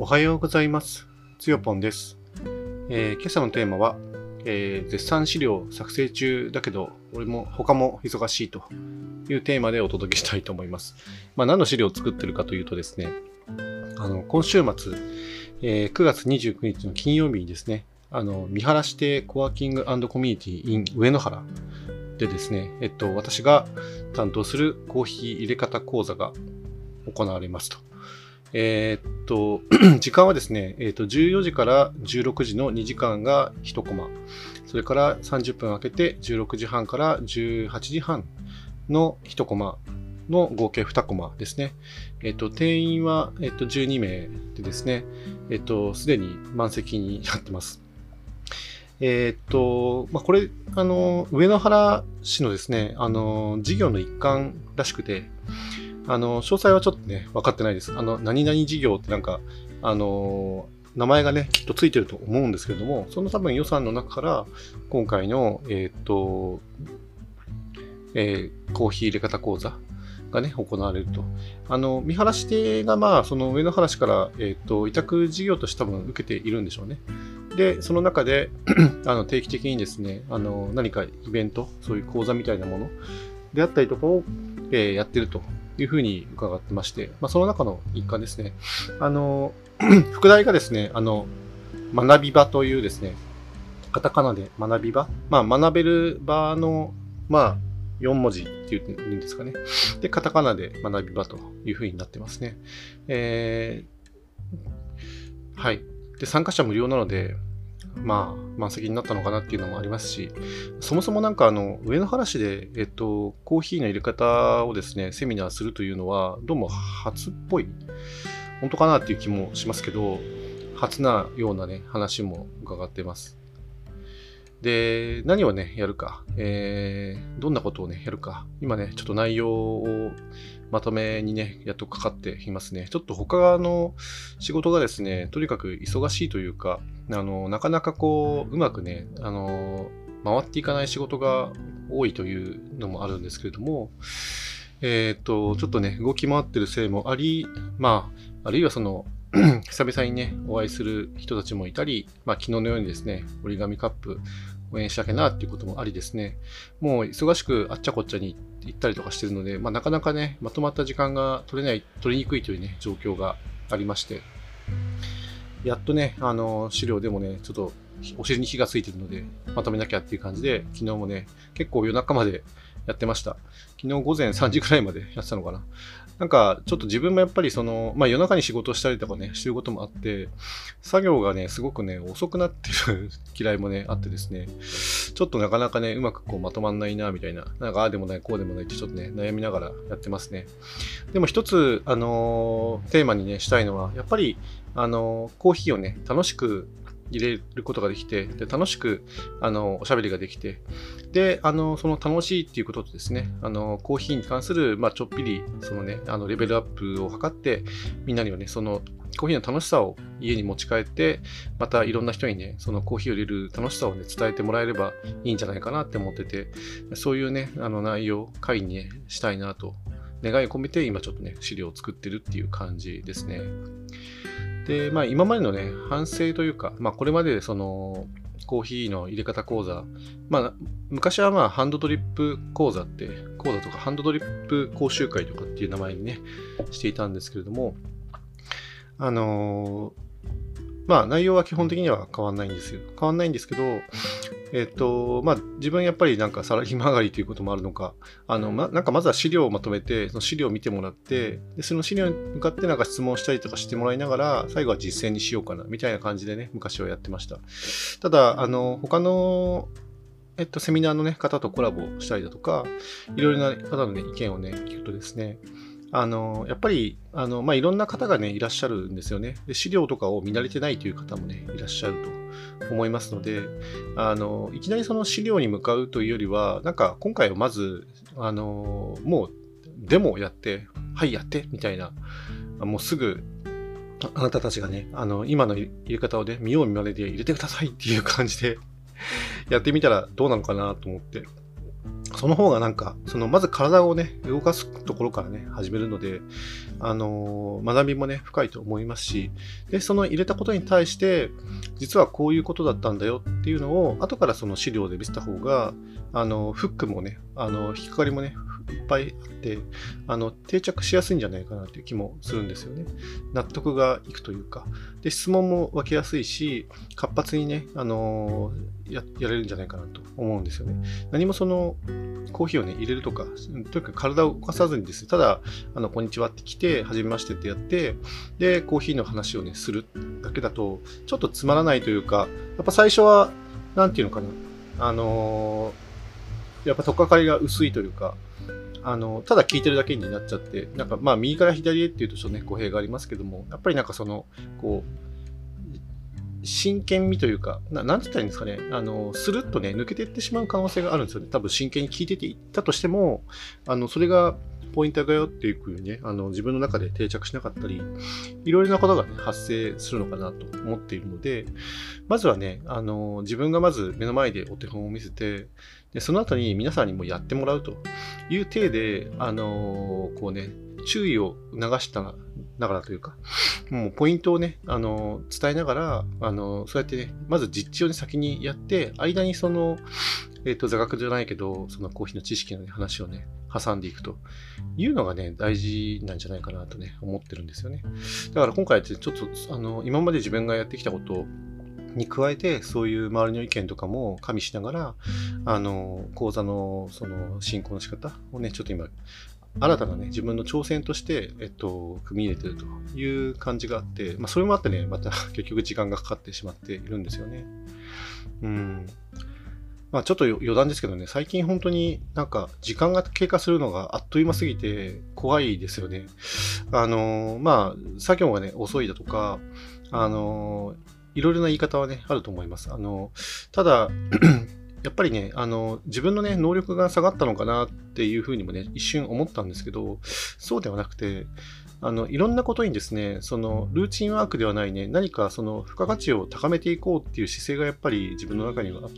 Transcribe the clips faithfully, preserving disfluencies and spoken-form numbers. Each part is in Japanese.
おはようございます。つよぽんです。えー、今朝のテーマは、えー、絶賛資料作成中だけど、俺も他も忙しいというテーマでお届けしたいと思います。まあ、何の資料を作ってるかというとですね、あの今週末、えー、くがつにじゅうくにちの金曜日にですね、あの見晴らしてコワーキング&コミュニティ in 上野原でですね、えっと、私が担当するコーヒー入れ方講座が行われますと。えー、っと、時間はですね、えー、っと、じゅうよじからじゅうろくじのにじかんがいちコマ、それからさんじゅっぷん空けてじゅうろくじはんからじゅうはちじはんのいちコマの合計にコマですね。えー、っと、定員は、えー、っと、じゅうにめいでですね、えー、っと、すでに満席になってます。えー、っと、まあ、これ、あの、上野原市のですね、あの、事業の一環らしくて、あの、詳細はちょっとね、分かってないです。あの、何々事業ってなんか、あの、名前がね、きっとついてると思うんですけれども、その多分予算の中から、今回の、えっと、えー、コーヒー入れ方講座がね、行われると。あの、見晴らし手が、まあ、その上野原市から、えっと、委託事業として多分受けているんでしょうね。で、その中であの定期的にですね、あの何かイベント、そういう講座みたいなものであったりとかを、えー、やってるというふうに伺ってまして、まあ、その中の一環ですね。あの、副題がですね、あの、学び場というですね、カタカナで学び場、まあ、学べる場の、まあ、よんもじっていうんですかね。で、カタカナで学び場というふうになってますね。えー、はい。で、参加者無料なので、まあ、満席になったのかなっていうのもありますし、そもそもなんかあの、上野原市で、えっと、コーヒーの入れ方をですね、セミナーするというのは、どうも初っぽい、本当かなっていう気もしますけど、初なようなね、話も伺ってます。で、何をね、やるか、えー、どんなことをね、やるか、今ね、ちょっと内容をまとめにね、やっとかかっていますね。ちょっと他の仕事がですね、とにかく忙しいというか、あの、なかなかこう、うまくね、あの、回っていかない仕事が多いというのもあるんですけれども、えっと、ちょっとね、動き回ってるせいもあり、まあ、あるいはその、久々にね、お会いする人たちもいたり、まあ、昨日のようにですね、折り紙カップ応援しなきゃなっていうこともありですね、もう忙しくあっちゃこっちゃに行ったりとかしてるので、まあ、なかなかね、まとまった時間が取れない、取りにくいというね、状況がありまして、やっとね、あの、資料でもね、ちょっとお尻に火がついてるので、まとめなきゃっていう感じで、昨日もね、結構夜中までやってました。昨日午前さんじくらいまでやってたのかな。なんか、ちょっと自分もやっぱりその、まあ夜中に仕事したりとかね、してることもあって、作業がね、すごくね、遅くなってる嫌いもね、あってですね、ちょっとなかなかね、うまくこうまとまんないな、みたいな、なんかああでもない、こうでもないってちょっとね、悩みながらやってますね。でも一つ、あのー、テーマにね、したいのは、やっぱり、あのー、コーヒーをね、楽しく入れることができて、で楽しくあのおしゃべりができて、であのその楽しいっていうこととですね、あのコーヒーに関する、まあ、ちょっぴりその、ね、あのレベルアップを図って、みんなにはね、そのコーヒーの楽しさを家に持ち帰って、またいろんな人にね、そのコーヒーを入れる楽しさをね、伝えてもらえればいいんじゃないかなって思ってて、そういうね、あの内容、会にね、したいなと願いを込めて、今ちょっとね、資料を作ってるっていう感じですね。で、まあ今までのね、反省というか、まあこれまでそのコーヒーの入れ方講座、まあ昔はまあハンドドリップ講座って、講座とかハンドドリップ講習会とかっていう名前にね、していたんですけれども、あのー、まあ内容は基本的には変わんないんですよ。変わんないんですけど、えっと、まあ自分やっぱりなんかサラリーマン上がりということもあるのか、あの、ま、なんかまずは資料をまとめて、その資料を見てもらって、でその資料に向かってなんか質問したりとかしてもらいながら、最後は実践にしようかな、みたいな感じでね、昔はやってました。ただ、あの、他の、えっと、セミナーのね、方とコラボしたりだとか、いろいろな方のね、意見をね、聞くとですね、あの、やっぱり、あの、まあ、いろんな方がね、いらっしゃるんですよね。で、資料とかを見慣れてないという方もね、いらっしゃると思いますので、あの、いきなりその資料に向かうというよりは、なんか今回はまず、あの、もうデモをやって、はい、やって、みたいな、もうすぐ、あなたたちがね、あの、今の入れ方をね、見よう見まねで入れてくださいっていう感じでやってみたらどうなのかなと思って、 その方がなんか、そのまず体をね、動かすところからね、始めるので、あのー学びもね、深いと思いますし、で、その入れたことに対して、実はこういうことだったんだよっていうのを、後からその資料で見せた方が、あの、フックもね、あの、引っかかりもね、いっぱいあって、あの、定着しやすいんじゃないかなっていう気もするんですよね。納得がいくというか。で、質問も分けやすいし、活発にね、あのーや、やれるんじゃないかなと思うんですよね。何もその、コーヒーをね、入れるとか、とにかく体を動かさずにですね、ただ、あの、こんにちはって来て、はじめましてってやって、で、コーヒーの話をね、するだけだと、ちょっとつまらないというか、やっぱ最初は、なんていうのかな、あのーやっぱ取っかかりが薄いというか、あの、ただ聞いてるだけになっちゃって、なんかまあ右から左へっていうとちょっとね、語弊がありますけども、やっぱりなんかその、こう、真剣味というか、ななんて言ったらいいんですかね、あの、スルッとね、抜けていってしまう可能性があるんですよね。多分真剣に聞いてていったとしても、あの、それがポイントがよっていうふうにね、あの、自分の中で定着しなかったり、いろいろなことがね、発生するのかなと思っているので、まずはね、あの、自分がまず目の前でお手本を見せて、で、その後に皆さんにもやってもらうという体で、あの、こうね、注意を促したながらというか、もうポイントをね、あの、伝えながら、あの、そうやってね、まず実地を、ね、先にやって、間にその、えっと、座学じゃないけど、そのコーヒーの知識の、ね、話をね、挟んでいくというのがね、大事なんじゃないかなとね、思ってるんですよね。だから今回ちょっと、あの、今まで自分がやってきたことを、に加えて、そういう周りの意見とかも加味しながら、あの、講座のその進行の仕方をね、ちょっと今、新たなね、自分の挑戦として、えっと、組み入れてるという感じがあって、まあ、それもあってね、また結局時間がかかってしまっているんですよね。うん。まあ、ちょっと余談ですけどね、最近本当になんか時間が経過するのがあっという間すぎて怖いですよね。あの、まあ、作業がね、遅いだとか、あの、いろいろな言い方はね、あると思います。あの、ただ、やっぱりね、あの、自分のね、能力が下がったのかなっていうふうにもね、一瞬思ったんですけど、そうではなくて、あの、いろんなことにですね、その、ルーチンワークではないね、何かその、付加価値を高めていこうっていう姿勢がやっぱり自分の中にはあって、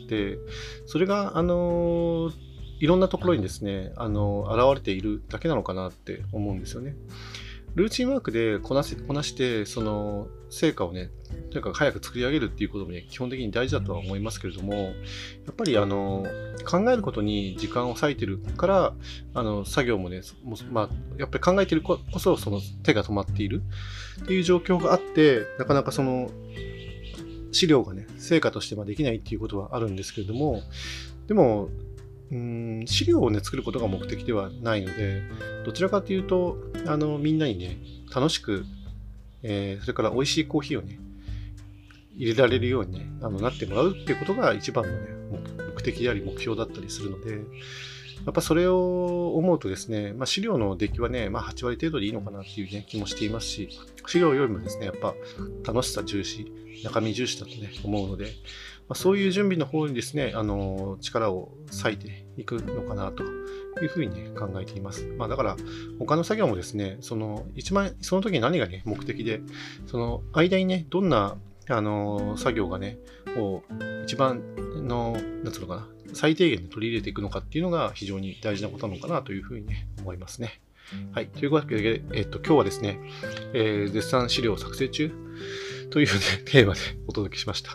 それが、あの、いろんなところにですね、あの、現れているだけなのかなって思うんですよね。ルーチンワークでこなせ、こなして、その、成果をね、とにかく早く作り上げるっていうこともね、基本的に大事だとは思いますけれども、やっぱりあの、考えることに時間を割いてるから、あの、作業もね、もまあ、やっぱり考えてるこそ、その手が止まっているっていう状況があって、なかなかその、資料がね、成果としてまあできないっていうことはあるんですけれども、でも、うーん資料をね、作ることが目的ではないので、どちらかというと、あの、みんなにね、楽しく、えーそれから美味しいコーヒーをね、入れられるようにね、あのなってもらうっていうことが一番のね、目目的であり目標だったりするので、やっぱそれを思うとですね、まあ、資料の出来はね、まあ、はち割程度でいいのかなっていう、ね、気もしていますし、資料よりもですね、やっぱ楽しさ重視、中身重視だとね、思うので、まあ、そういう準備の方にですね、あの力を割いていくのかなというふうに、ね、考えています。まあ、だから、他の作業もですね、その一番、その時に何がね、目的で、その間にね、どんなあの作業がね、を一番の、なんつうのかな、最低限で取り入れていくのかっていうのが非常に大事なことなのかなというふうに、ね、思いますね。はい。というわけで、えっと、今日はですね、えー、絶賛資料作成中という、ね、テーマでお届けしました。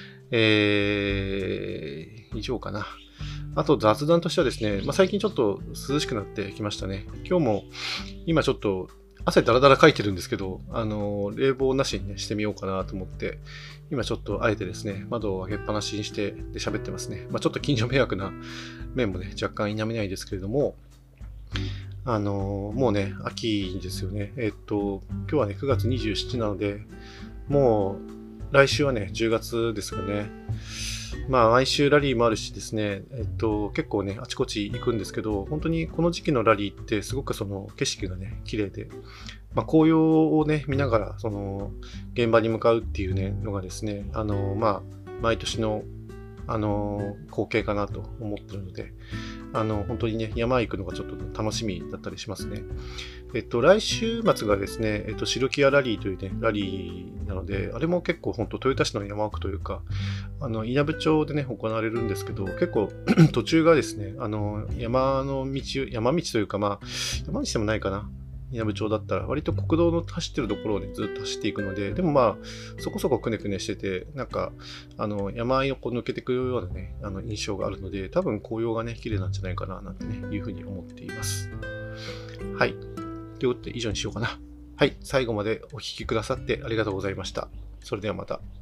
えー、以上かな。あと雑談としてはですね、まあ、最近ちょっと涼しくなってきましたね。今日も今ちょっと汗だらだらかいてるんですけど、あの、冷房なしにね、してみようかなと思って、今ちょっとあえてですね、窓を開けっぱなしにしてで喋ってますね。まあ、ちょっと近所迷惑な面もね、若干否めないですけれども、あの、もうね、秋ですよね。えっと、今日はね、くがつにじゅうしちにちなので、もう来週はね、じゅうがつですよね。まあ、毎週ラリーもあるしですね、えっと、結構ね、あちこち行くんですけど、本当にこの時期のラリーってすごくその景色がね、綺麗で、まあ、紅葉をね、見ながら、その、現場に向かうっていうね、のがですね、あの、まあ、毎年の、あの、光景かなと思ってるので、 あの、本当にね、山行くのがちょっと楽しみだったりしますね。えっと、来週末がですね、えっと、白木屋ラリーというね、ラリーなので、あれも結構本当、豊田市の山奥というか、あの、稲部町でね、行われるんですけど、結構途中がですね、あの、山の道、山道というか、まあ、山道でもないかな。稲部町だったら、割と国道の走ってるところをね、ずっと走っていくので、でもまあ、そこそこくねくねしてて、なんか、あの、山あいをこう抜けていくようなね、あの、印象があるので、多分紅葉がね、綺麗なんじゃないかな、なんてね、いうふうに思っています。はい。ということで、以上にしようかな。はい。最後までお聞きくださってありがとうございました。それではまた。